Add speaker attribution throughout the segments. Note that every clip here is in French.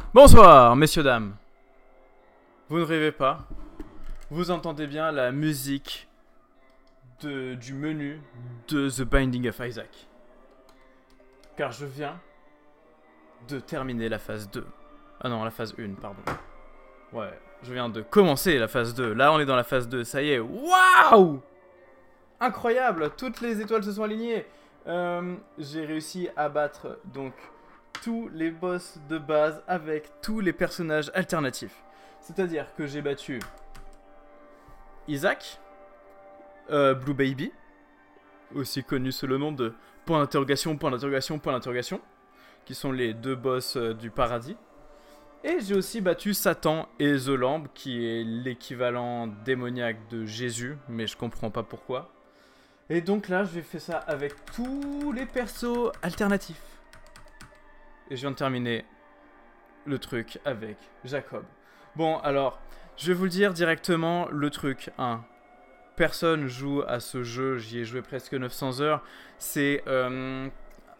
Speaker 1: Bonsoir, messieurs, dames. Vous ne rêvez pas. Vous entendez bien la musique du menu de The Binding of Isaac. Car je viens de terminer la phase 2. Ah non, la phase 1, pardon. Ouais, je viens de commencer la phase 2. Là, on est dans la phase 2, ça y est. Waouh! Incroyable! Toutes les étoiles se sont alignées. J'ai réussi à battre donc tous les boss de base avec tous les personnages alternatifs. C'est-à-dire que j'ai battu Isaac, Blue Baby, aussi connu sous le nom de point d'interrogation, point d'interrogation, point d'interrogation, qui sont les deux boss du paradis. Et j'ai aussi battu Satan et The Lamb, qui est l'équivalent démoniaque de Jésus, mais je comprends pas pourquoi. Et donc là, je vais faire ça avec tous les persos alternatifs. Et je viens de terminer le truc avec Jacob. Bon, alors, je vais vous le dire directement, le truc, hein. Personne joue à ce jeu, j'y ai joué presque 900 heures. C'est un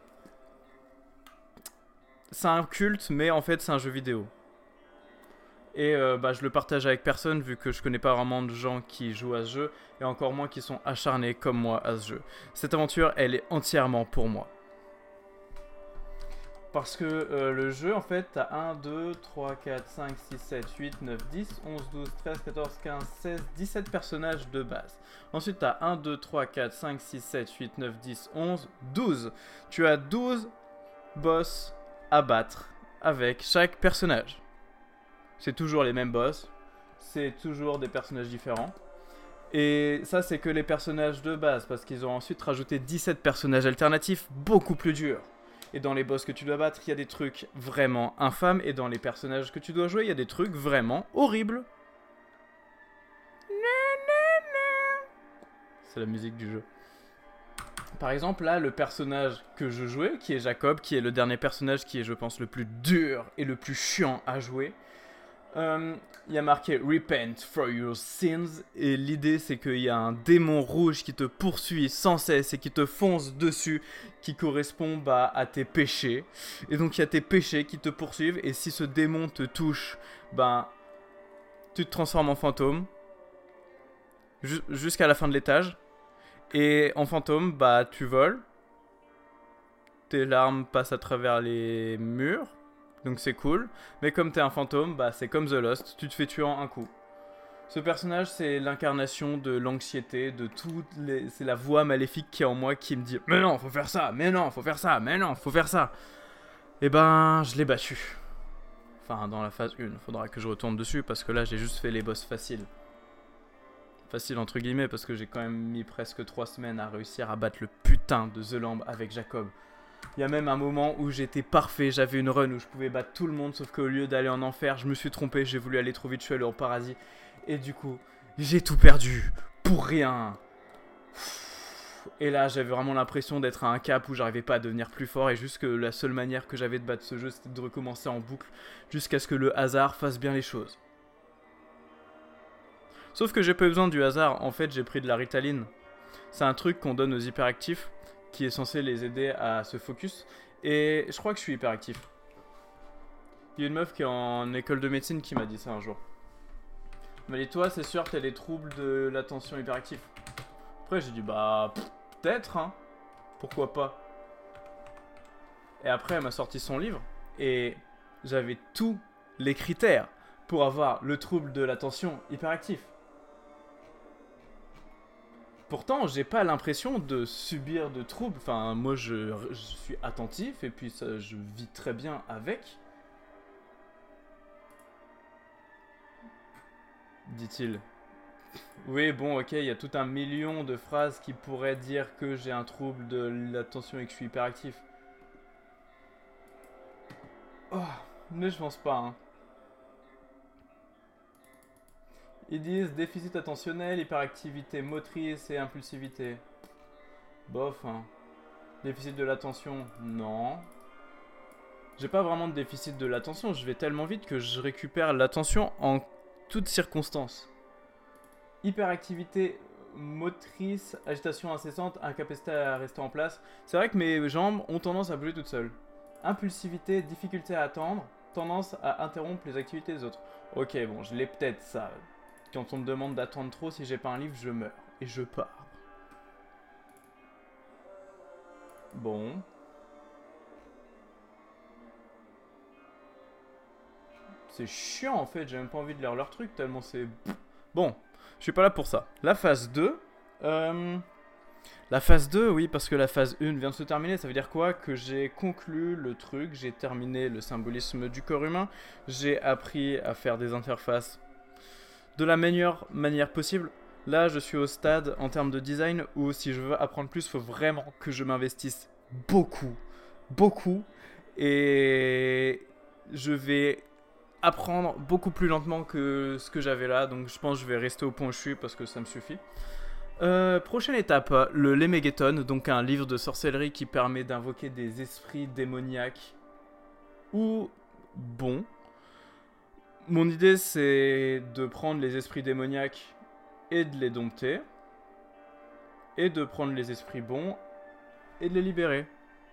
Speaker 1: culte, mais en fait, c'est un jeu vidéo. Et je le partage avec personne, vu que je connais pas vraiment de gens qui jouent à ce jeu, et encore moins qui sont acharnés comme moi à ce jeu. Cette aventure, elle est entièrement pour moi. Parce que le jeu, en fait, t'as 1, 2, 3, 4, 5, 6, 7, 8, 9, 10, 11, 12, 13, 14, 15, 16, 17 personnages de base. Ensuite, t'as 1, 2, 3, 4, 5, 6, 7, 8, 9, 10, 11, 12. Tu as 12 boss à battre avec chaque personnage. C'est toujours les mêmes boss, c'est toujours des personnages différents. Et ça, c'est que les personnages de base, parce qu'ils ont ensuite rajouté 17 personnages alternatifs beaucoup plus durs. Et dans les boss que tu dois battre, il y a des trucs vraiment infâmes. Et dans les personnages que tu dois jouer, il y a des trucs vraiment horribles. C'est la musique du jeu. Par exemple, là, le personnage que je jouais, qui est Jacob, qui est le dernier personnage qui est, je pense, le plus dur et le plus chiant à jouer. Il y a marqué Repent for your sins. Et l'idée, c'est qu'il y a un démon rouge qui te poursuit sans cesse et qui te fonce dessus, qui correspond à tes péchés. Et donc il y a tes péchés qui te poursuivent. Et si ce démon te touche, tu te transformes en fantôme jusqu'à la fin de l'étage. Et en fantôme, tu voles. Tes larmes passent à travers les murs. Donc c'est cool. Mais comme t'es un fantôme, c'est comme The Lost. Tu te fais tuer en un coup. Ce personnage, c'est l'incarnation de l'anxiété, de toutes les... C'est la voix maléfique qui est en moi qui me dit « Mais non, faut faire ça, mais non, faut faire ça, mais non, faut faire ça !» Et je l'ai battu. Enfin, dans la phase 1, faudra que je retourne dessus, parce que là, j'ai juste fait les boss faciles. Facile entre guillemets, parce que j'ai quand même mis presque 3 semaines à réussir à battre le putain de The Lamb avec Jacob. Il y a même un moment où j'étais parfait, j'avais une run où je pouvais battre tout le monde, sauf qu'au lieu d'aller en enfer, je me suis trompé, j'ai voulu aller trop vite, je suis allé en paradis. Et du coup, j'ai tout perdu, pour rien. Et là, j'avais vraiment l'impression d'être à un cap où j'arrivais pas à devenir plus fort, et juste que la seule manière que j'avais de battre ce jeu, c'était de recommencer en boucle, jusqu'à ce que le hasard fasse bien les choses. Sauf que j'ai pas besoin du hasard, en fait j'ai pris de la Ritaline. C'est un truc qu'on donne aux hyperactifs, qui est censé les aider à se focus, et je crois que je suis hyperactif. Il y a une meuf qui est en école de médecine qui m'a dit ça un jour. Elle m'a dit, toi c'est sûr t'as des troubles de l'attention hyperactif. Après j'ai dit peut-être hein, pourquoi pas. Et après elle m'a sorti son livre, et j'avais tous les critères pour avoir le trouble de l'attention hyperactif. Pourtant, j'ai pas l'impression de subir de troubles. Enfin, moi, je suis attentif et puis ça, je vis très bien avec. Dit-il. Oui, bon, ok, il y a tout un million de phrases qui pourraient dire que j'ai un trouble de l'attention et que je suis hyperactif. Oh, mais je pense pas, hein. Ils disent déficit attentionnel, hyperactivité motrice et impulsivité. Bof, hein. Déficit de l'attention, non. J'ai pas vraiment de déficit de l'attention, je vais tellement vite que je récupère l'attention en toutes circonstances. Hyperactivité motrice, agitation incessante, incapacité à rester en place. C'est vrai que mes jambes ont tendance à bouger toutes seules. Impulsivité, difficulté à attendre. tendance à interrompre les activités des autres. Ok, bon, je l'ai peut-être ça. Quand on me demande d'attendre trop, si j'ai pas un livre, je meurs. Et je pars. Bon. C'est chiant en fait, j'ai même pas envie de lire leur truc tellement c'est... Bon, je suis pas là pour ça. La phase 2. La phase 2, oui, parce que la phase 1 vient de se terminer, ça veut dire quoi? Que j'ai conclu le truc, j'ai terminé le symbolisme du corps humain, j'ai appris à faire des interfaces de la meilleure manière possible. Là, je suis au stade en termes de design où si je veux apprendre plus, il faut vraiment que je m'investisse beaucoup, beaucoup, et je vais apprendre beaucoup plus lentement que ce que j'avais là, donc je pense que je vais rester au point où je suis parce que ça me suffit. Prochaine étape, le Lemegeton, donc un livre de sorcellerie qui permet d'invoquer des esprits démoniaques ou bons. Mon idée, c'est de prendre les esprits démoniaques et de les dompter, et de prendre les esprits bons et de les libérer.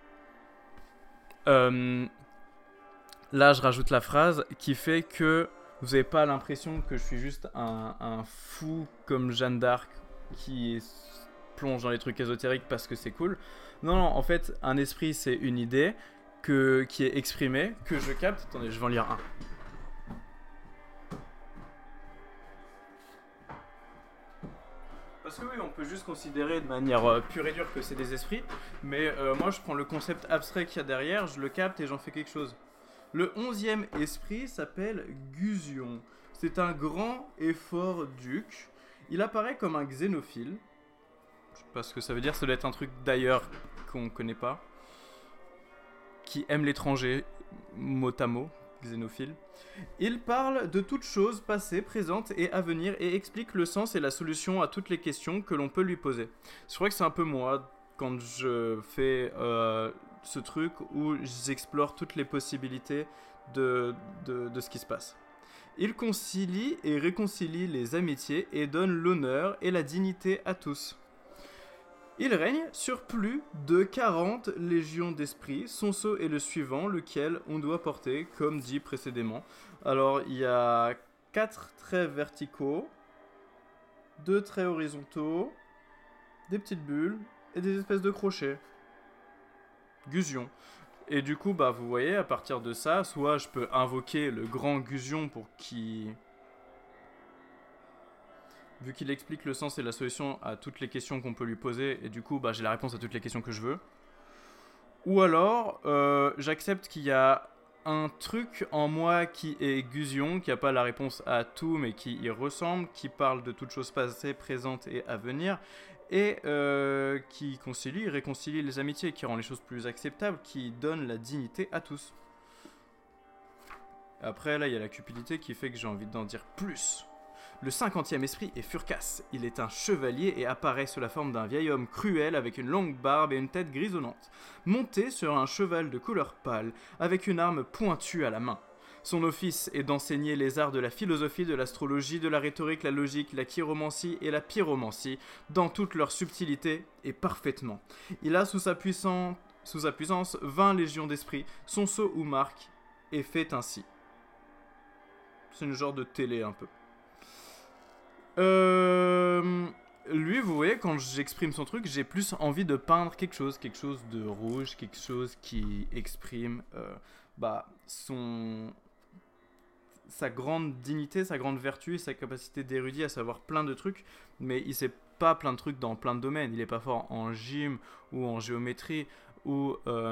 Speaker 1: Là, je rajoute la phrase qui fait que vous n'avez pas l'impression que je suis juste un fou comme Jeanne d'Arc qui plonge dans les trucs ésotériques parce que c'est cool. Non, non, en fait, un esprit, c'est une idée qui est exprimée, que je capte. Attendez, je vais en lire un. Parce que oui, on peut juste considérer de manière pure et dure que c'est des esprits, mais moi, je prends le concept abstrait qu'il y a derrière, je le capte et j'en fais quelque chose. Le 11e esprit s'appelle Gusion. C'est un grand et fort duc. Il apparaît comme un xénophile. Je sais pas ce que ça veut dire, ça doit être un truc d'ailleurs qu'on connaît pas. Qui aime l'étranger, mot à mot, xénophile. Il parle de toutes choses passées, présentes et à venir et explique le sens et la solution à toutes les questions que l'on peut lui poser. Je crois que c'est un peu moi quand je fais ce truc où j'explore toutes les possibilités de ce qui se passe. Il concilie et réconcilie les amitiés et donne l'honneur et la dignité à tous. Il règne sur plus de 40 légions d'esprits. Son sceau est le suivant, lequel on doit porter, comme dit précédemment. Alors, il y a 4 traits verticaux, 2 traits horizontaux, des petites bulles et des espèces de crochets. Gusion. Et du coup, bah, vous voyez, à partir de ça, soit je peux invoquer le grand Gusion pour qu'il... Vu qu'il explique le sens et la solution à toutes les questions qu'on peut lui poser, et du coup, bah, j'ai la réponse à toutes les questions que je veux. Ou alors, j'accepte qu'il y a un truc en moi qui est Gusion, qui n'a pas la réponse à tout, mais qui y ressemble, qui parle de toutes choses passées, présentes et à venir, et qui concilie, réconcilie les amitiés, qui rend les choses plus acceptables, qui donne la dignité à tous. Après, là, il y a la cupidité qui fait que j'ai envie d'en dire plus. Le 50e esprit est Furcas. Il est un chevalier et apparaît sous la forme d'un vieil homme cruel avec une longue barbe et une tête grisonnante, monté sur un cheval de couleur pâle, avec une arme pointue à la main. Son office est d'enseigner les arts de la philosophie, de l'astrologie, de la rhétorique, la logique, la chiromancie et la pyromancie, dans toute leur subtilité et parfaitement. Il a sous sa puissance 20 légions d'esprits. Son sceau ou marque est fait ainsi. C'est une genre de télé un peu. Lui, vous voyez, quand j'exprime son truc, j'ai plus envie de peindre quelque chose de rouge, quelque chose qui exprime sa grande dignité, sa grande vertu et sa capacité d'érudit à savoir plein de trucs, mais il sait pas plein de trucs dans plein de domaines. Il est pas fort en gym ou en géométrie ou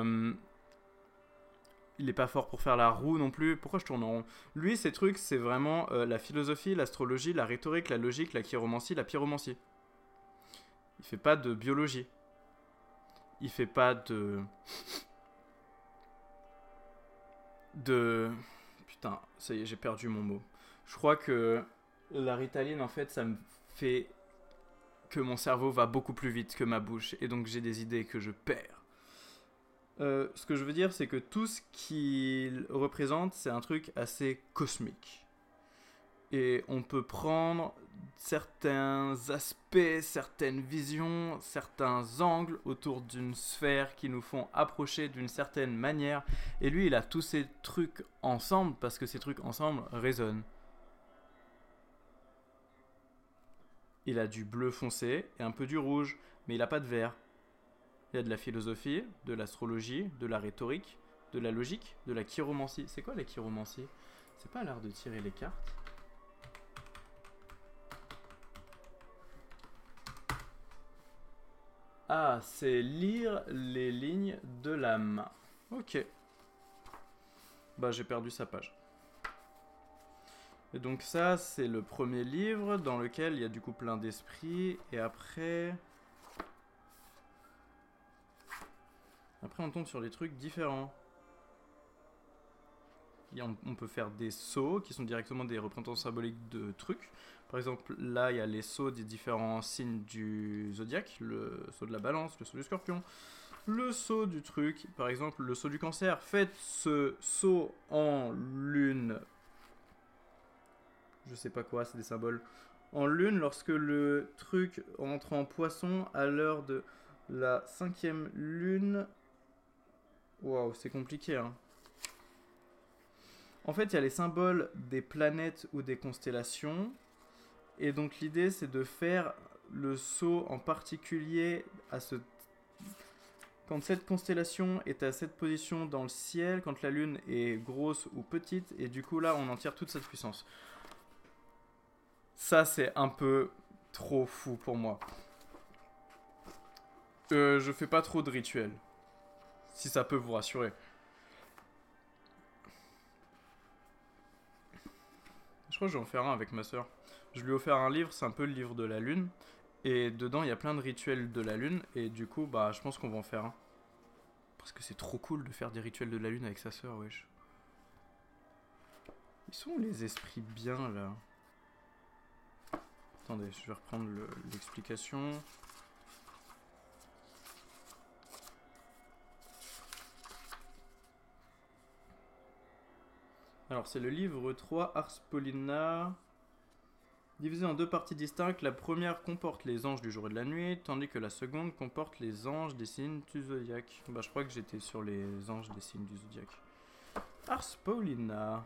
Speaker 1: il est pas fort pour faire la roue non plus. Pourquoi je tourne en rond? Lui, ses trucs, c'est vraiment la philosophie, l'astrologie, la rhétorique, la logique, la chiromancie, la pyromancie. Il fait pas de biologie. Il fait pas de... Putain, ça y est, j'ai perdu mon mot. Je crois que la Ritaline, en fait, ça me fait que mon cerveau va beaucoup plus vite que ma bouche. Et donc j'ai des idées que je perds. Ce que je veux dire, c'est que tout ce qu'il représente, c'est un truc assez cosmique. Et on peut prendre certains aspects, certaines visions, certains angles autour d'une sphère qui nous font approcher d'une certaine manière. Et lui, il a tous ces trucs ensemble parce que ces trucs ensemble résonnent. Il a du bleu foncé et un peu du rouge, mais il n'a pas de vert. Il y a de la philosophie, de l'astrologie, de la rhétorique, de la logique, de la chiromancie. C'est quoi la chiromancie? C'est pas l'art de tirer les cartes? Ah, c'est lire les lignes de la main. Ok. Bah, j'ai perdu sa page. Et donc ça, c'est le premier livre dans lequel il y a du coup plein d'esprits. Et après... Après, on tombe sur des trucs différents. On peut faire des sceaux qui sont directement des représentations symboliques de trucs. Par exemple, là, il y a les sceaux des différents signes du zodiaque. Le sceau de la balance, le sceau du scorpion, le sceau du truc. Par exemple, le sceau du cancer. Faites ce sceau en lune. Je sais pas quoi, c'est des symboles. En lune, lorsque le truc entre en poisson à l'heure de la 5e lune. Waouh, c'est compliqué, hein. En fait, il y a les symboles des planètes ou des constellations. Et donc l'idée, c'est de faire le saut en particulier à ce... Quand cette constellation est à cette position dans le ciel, quand la lune est grosse ou petite, et du coup là, on en tire toute cette puissance. Ça, c'est un peu trop fou pour moi. Je fais pas trop de rituels. Si ça peut vous rassurer. Je crois que je vais en faire un avec ma soeur. Je lui ai offert un livre, c'est un peu le livre de la lune. Et dedans, il y a plein de rituels de la lune. Et du coup, bah, je pense qu'on va en faire un. Parce que c'est trop cool de faire des rituels de la lune avec sa soeur, wesh. Ils sont où les esprits bien, là? Attendez, je vais reprendre l'explication. Alors, c'est le livre 3, Ars Paulina. Divisé en deux parties distinctes, la première comporte les anges du jour et de la nuit, tandis que la seconde comporte les anges des signes du zodiaque. Bah, je crois que j'étais sur les anges des signes du zodiaque. Ars Paulina.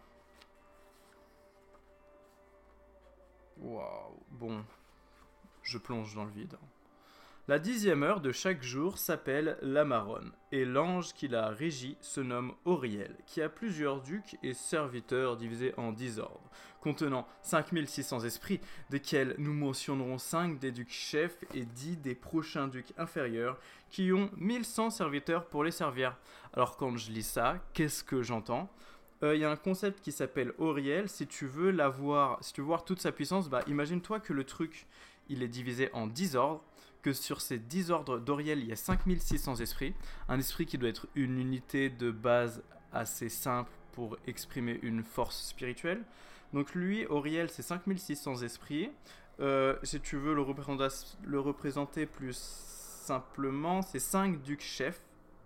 Speaker 1: Waouh, bon. Je plonge dans le vide. La 10e heure de chaque jour s'appelle la Maronne, et l'ange qui la régit se nomme Auriel, qui a plusieurs ducs et serviteurs divisés en 10 ordres, contenant 5600 esprits, desquels nous mentionnerons 5 des ducs chefs et 10 des prochains ducs inférieurs, qui ont 1100 serviteurs pour les servir. Alors quand je lis ça, qu'est-ce que j'entends ? Y a un concept qui s'appelle Auriel. Si tu veux voir toute sa puissance, bah imagine-toi que le truc, il est divisé en 10 ordres, que sur ces 10 ordres d'Auriel, il y a 5600 esprits. Un esprit qui doit être une unité de base assez simple pour exprimer une force spirituelle. Donc lui, Auriel, c'est 5600 esprits. Si tu veux le représenter plus simplement, c'est 5 ducs chefs.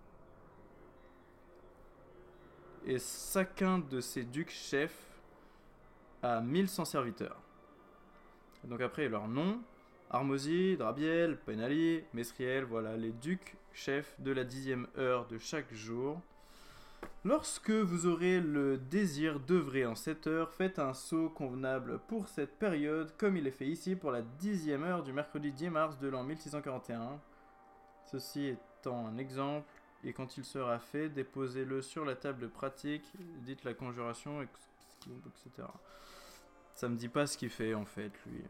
Speaker 1: Et chacun de ces ducs chefs a 1100 serviteurs. Et donc après, leur nom... Armosi, Drabiel, Penali, Mesriel, voilà les ducs chefs de la 10e heure de chaque jour. Lorsque vous aurez le désir d'œuvrer en cette heure, faites un saut convenable pour cette période, comme il est fait ici pour la 10e heure du mercredi 10 mars de l'an 1641. Ceci étant un exemple, et quand il sera fait, déposez-le sur la table pratique, dites la conjuration, etc. Ça me dit pas ce qu'il fait en fait, lui.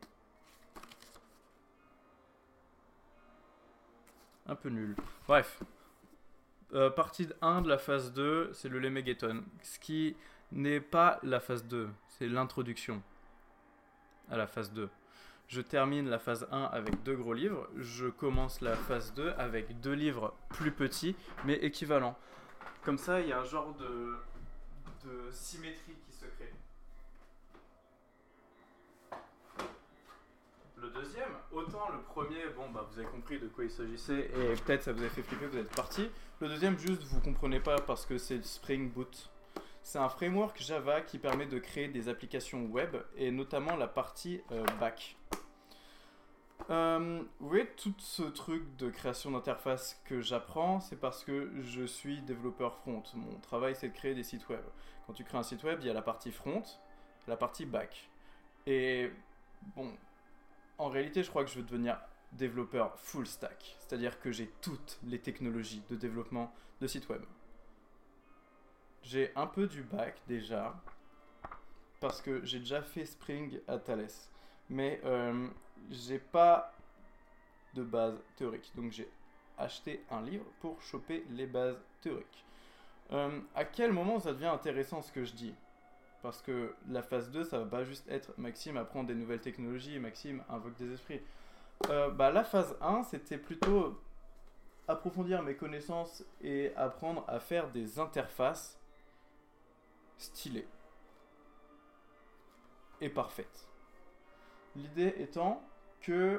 Speaker 1: Un peu nul. Bref. Partie 1 de la phase 2, c'est le Lemegeton. Ce qui n'est pas la phase 2, c'est l'introduction à la phase 2. Je termine la phase 1 avec 2 gros livres. Je commence la phase 2 avec 2 livres plus petits, mais équivalents. Comme ça, il y a un genre de symétrie qui se crée. Le deuxième, autant le premier, bon bah vous avez compris de quoi il s'agissait et peut-être ça vous a fait flipper, vous êtes parti. Le deuxième, juste vous comprenez pas parce que c'est Spring Boot. C'est un framework Java qui permet de créer des applications web et notamment la partie back. Oui, tout ce truc de création d'interface que j'apprends, c'est parce que je suis développeur front. Mon travail, c'est de créer des sites web. Quand tu crées un site web, il y a la partie front, la partie back. Et bon, en réalité, je crois que je veux devenir développeur full stack. C'est-à-dire que j'ai toutes les technologies de développement de site web. J'ai un peu du back déjà, parce que j'ai déjà fait Spring à Thales. Mais j'ai pas de base théorique. Donc j'ai acheté un livre pour choper les bases théoriques. À quel moment ça devient intéressant ce que je dis? Parce que la phase 2, ça va pas juste être Maxime apprend des nouvelles technologies, Maxime invoque des esprits. La phase 1, c'était plutôt approfondir mes connaissances et apprendre à faire des interfaces stylées et parfaites. L'idée étant que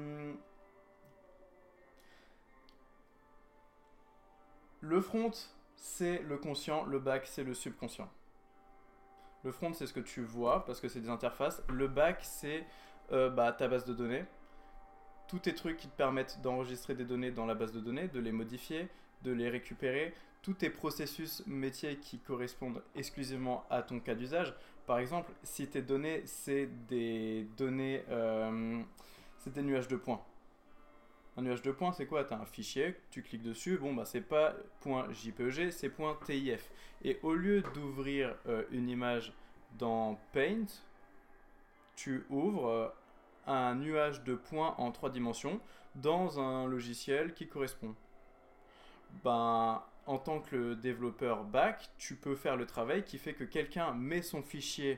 Speaker 1: le front, c'est le conscient, le back, c'est le subconscient. Le front, c'est ce que tu vois, parce que c'est des interfaces. Le back, c'est ta base de données. Tous tes trucs qui te permettent d'enregistrer des données dans la base de données, de les modifier, de les récupérer. Tous tes processus métiers qui correspondent exclusivement à ton cas d'usage. Par exemple, si tes données, c'est des données... c'est des nuages de points. Un nuage de points, c'est quoi? Tu as un fichier, tu cliques dessus, c'est pas .jpeg, c'est .tif. Et au lieu d'ouvrir une image dans Paint, tu ouvres un nuage de points en 3 dimensions dans un logiciel qui correspond. En tant que développeur back, tu peux faire le travail qui fait que quelqu'un met son fichier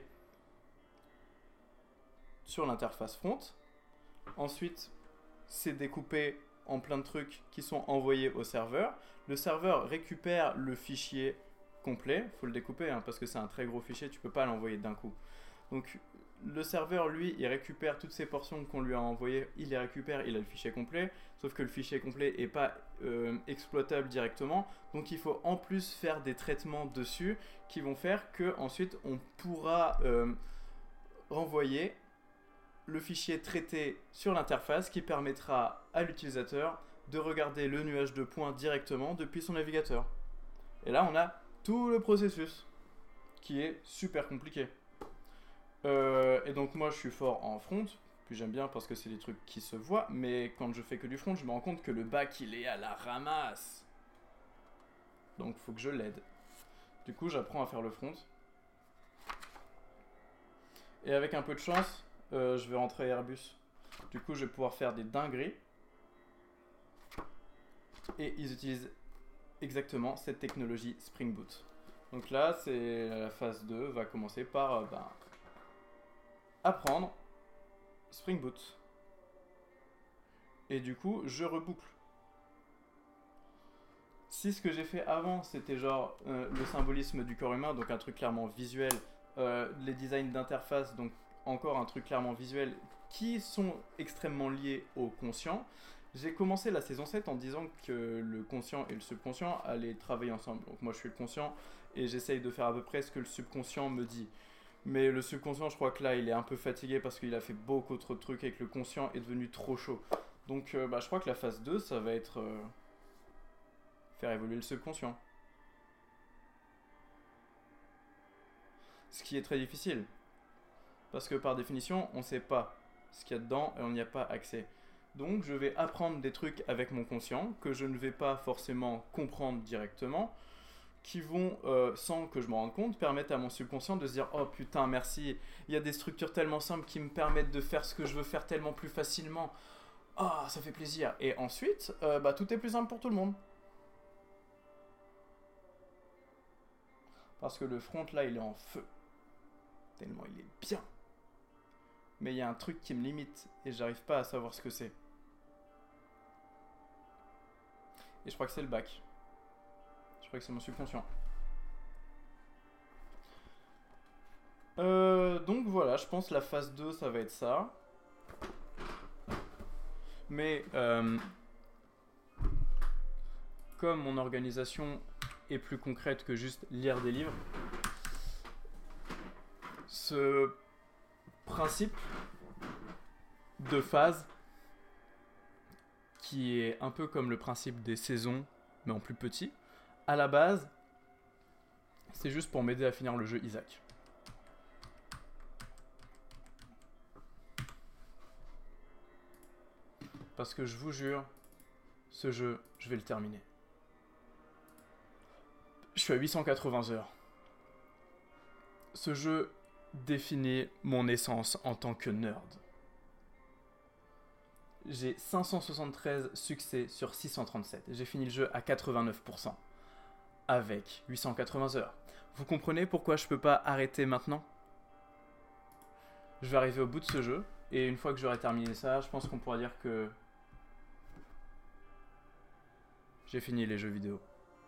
Speaker 1: sur l'interface front. Ensuite, c'est découpé en plein de trucs qui sont envoyés au serveur. Le serveur récupère le fichier complet. Il faut le découper parce que c'est un très gros fichier, tu peux pas l'envoyer d'un coup. Donc le serveur, lui, il récupère toutes ces portions qu'on lui a envoyées, il les récupère, il a le fichier complet, sauf que le fichier complet n'est pas exploitable directement, donc il faut en plus faire des traitements dessus qui vont faire que ensuite on pourra renvoyer le fichier traité sur l'interface qui permettra à l'utilisateur de regarder le nuage de points directement depuis son navigateur. Et là, on a tout le processus qui est super compliqué. Et donc moi, je suis fort en front, puis j'aime bien parce que c'est des trucs qui se voient, mais quand je fais que du front, je me rends compte que le back, il est à la ramasse. Donc, faut que je l'aide. Du coup, j'apprends à faire le front. Et avec un peu de chance, je vais rentrer à Airbus. Du coup, je vais pouvoir faire des dingueries. Et ils utilisent exactement cette technologie Spring Boot. Donc là, c'est la phase 2 va commencer par apprendre Spring Boot. Et du coup, je reboucle. Si ce que j'ai fait avant, c'était genre le symbolisme du corps humain, donc un truc clairement visuel, les designs d'interface, donc encore un truc clairement visuel, qui sont extrêmement liés au conscient. J'ai commencé la saison 7 en disant que le conscient et le subconscient allaient travailler ensemble. Donc moi je suis le conscient et j'essaye de faire à peu près ce que le subconscient me dit. Mais le subconscient, je crois que là il est un peu fatigué parce qu'il a fait beaucoup trop de trucs et que le conscient est devenu trop chaud. Donc je crois que la phase 2 ça va être faire évoluer le subconscient. Ce qui est très difficile. Parce que par définition, on ne sait pas ce qu'il y a dedans et on n'y a pas accès. Donc je vais apprendre des trucs avec mon conscient que je ne vais pas forcément comprendre directement, qui vont, sans que je m'en rende compte, permettre à mon subconscient de se dire « Oh putain, merci, il y a des structures tellement simples qui me permettent de faire ce que je veux faire tellement plus facilement. Ah, ça fait plaisir. » Et ensuite, tout est plus simple pour tout le monde. Parce que le front là, il est en feu. Tellement il est bien. Mais il y a un truc qui me limite et j'arrive pas à savoir ce que c'est. Et je crois que c'est le bac. Je crois que c'est mon subconscient. Donc voilà, je pense que la phase 2, ça va être ça. Mais comme mon organisation est plus concrète que juste lire des livres, Ce principe de phase qui est un peu comme le principe des saisons, mais en plus petit, à la base, c'est juste pour m'aider à finir le jeu Isaac. Parce que je vous jure, ce jeu, je vais le terminer. Je suis à 880 heures. Ce jeu définit mon essence en tant que nerd. J'ai 573 succès sur 637. J'ai fini le jeu à 89%. Avec 880 heures. Vous comprenez pourquoi je peux pas arrêter maintenant? Je vais arriver au bout de ce jeu. Et une fois que j'aurai terminé ça, je pense qu'on pourra dire que j'ai fini les jeux vidéo.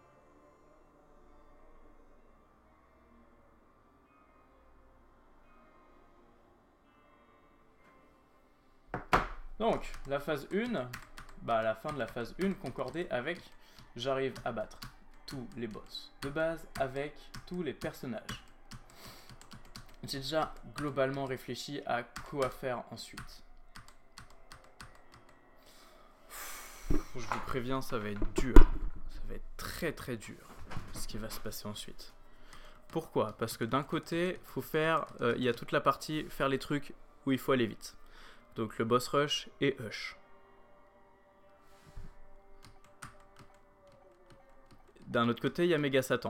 Speaker 1: Donc, la phase 1, à la fin de la phase 1 concordait avec j'arrive à battre tous les boss de base avec tous les personnages. J'ai déjà globalement réfléchi à quoi faire ensuite. Je vous préviens, ça va être dur. Ça va être très très dur ce qui va se passer ensuite. Pourquoi? Parce que d'un côté, faut faire, il y a toute la partie faire les trucs où il faut aller vite. Donc le boss rush et hush. D'un autre côté, il y a Méga Satan.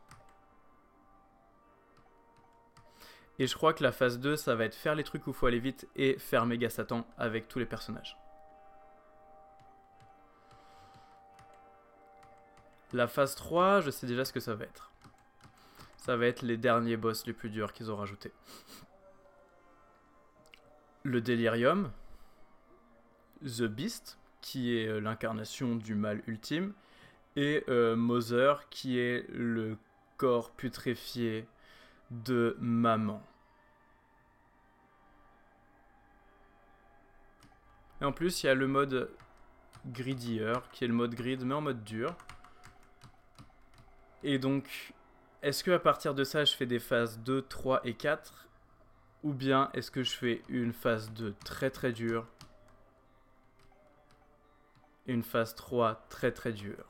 Speaker 1: Et je crois que la phase 2, ça va être faire les trucs où il faut aller vite et faire Méga Satan avec tous les personnages. La phase 3, je sais déjà ce que ça va être. Ça va être les derniers boss les plus durs qu'ils ont rajoutés. Le Delirium, The Beast, qui est l'incarnation du mal ultime, et Mother, qui est le corps putréfié de maman. Et en plus, il y a le mode Greedier, qui est le mode grid, mais en mode dur. Et donc, est-ce que à partir de ça, je fais des phases 2, 3 et 4 ? Ou bien est-ce que je fais une phase 2 très très dure et une phase 3 très très dure?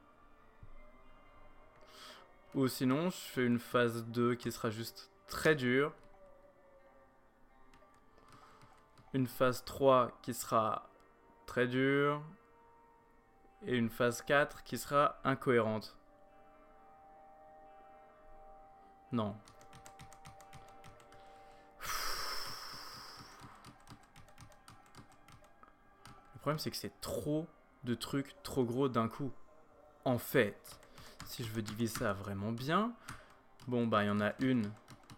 Speaker 1: Ou sinon, je fais une phase 2 qui sera juste très dure, une phase 3 qui sera très dure et une phase 4 qui sera incohérente. Non. Le problème, c'est que c'est trop de trucs trop gros d'un coup. En fait, si je veux diviser ça vraiment bien, bon, il y en a une.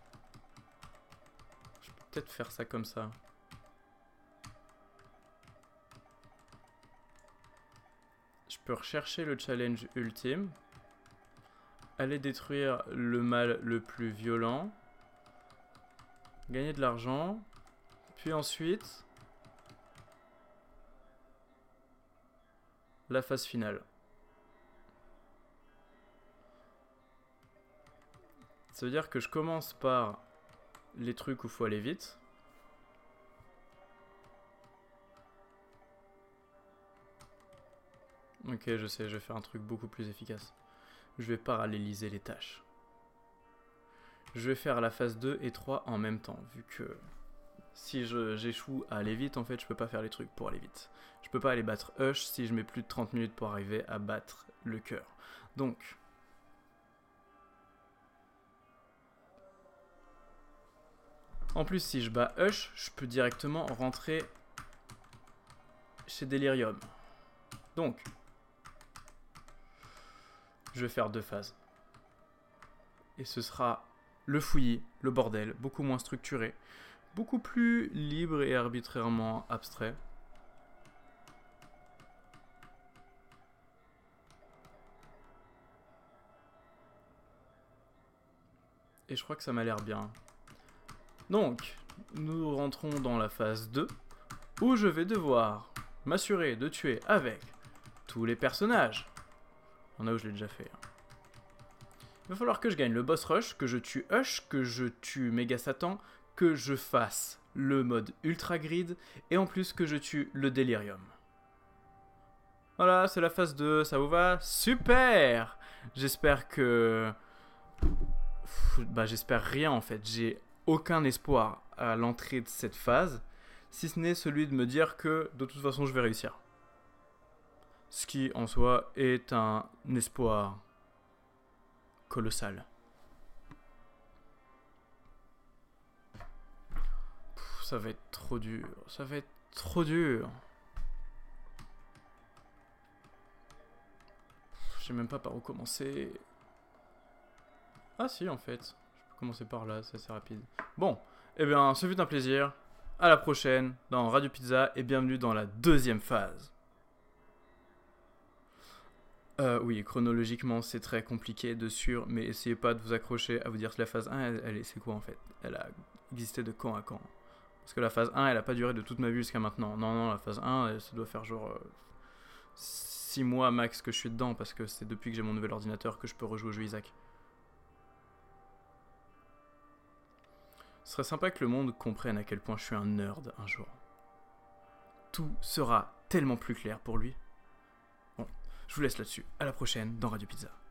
Speaker 1: Je peux peut-être faire ça comme ça. Je peux rechercher le challenge ultime. Aller détruire le mal le plus violent. Gagner de l'argent. Puis ensuite... la phase finale. Ça veut dire que je commence par les trucs où il faut aller vite. Ok, je sais, je vais faire un truc beaucoup plus efficace. Je vais paralléliser les tâches. Je vais faire la phase 2 et 3 en même temps, vu que si j'échoue à aller vite, en fait, je peux pas faire les trucs pour aller vite. Je peux pas aller battre Hush si je mets plus de 30 minutes pour arriver à battre le cœur. Donc, en plus, si je bats Hush, je peux directement rentrer chez Delirium. Donc, je vais faire 2 phases. Et ce sera le fouillis, le bordel, beaucoup moins structuré, beaucoup plus libre et arbitrairement abstrait. Et je crois que ça m'a l'air bien. Donc, nous rentrons dans la phase 2, où je vais devoir m'assurer de tuer avec tous les personnages. Il y en a où je l'ai déjà fait. va falloir que je gagne le boss rush, que je tue Hush, que je tue Méga Satan, que je fasse le mode Ultra Grid, et en plus que je tue le Delirium. Voilà, c'est la phase 2, ça vous va? Super! J'espère que... j'espère rien en fait, j'ai aucun espoir à l'entrée de cette phase, si ce n'est celui de me dire que de toute façon je vais réussir. Ce qui en soi est un espoir colossal. Ça va être trop dur, ça va être trop dur. Je sais même pas par où commencer. Ah si en fait, je peux commencer par là, c'est assez rapide. Bon, eh bien ce fut un plaisir. À la prochaine dans Radio Pizza et bienvenue dans la deuxième phase. Oui, chronologiquement c'est très compliqué de suivre, mais essayez pas de vous accrocher à vous dire que la phase 1, c'est quoi en fait? Elle a existé de quand à quand? Parce que la phase 1, elle a pas duré de toute ma vie jusqu'à maintenant. Non, la phase 1, ça doit faire genre 6 mois max que je suis dedans, parce que c'est depuis que j'ai mon nouvel ordinateur que je peux rejouer au jeu Isaac. Ce serait sympa que le monde comprenne à quel point je suis un nerd un jour. Tout sera tellement plus clair pour lui. Bon, je vous laisse là-dessus. À la prochaine dans Radio Pizza.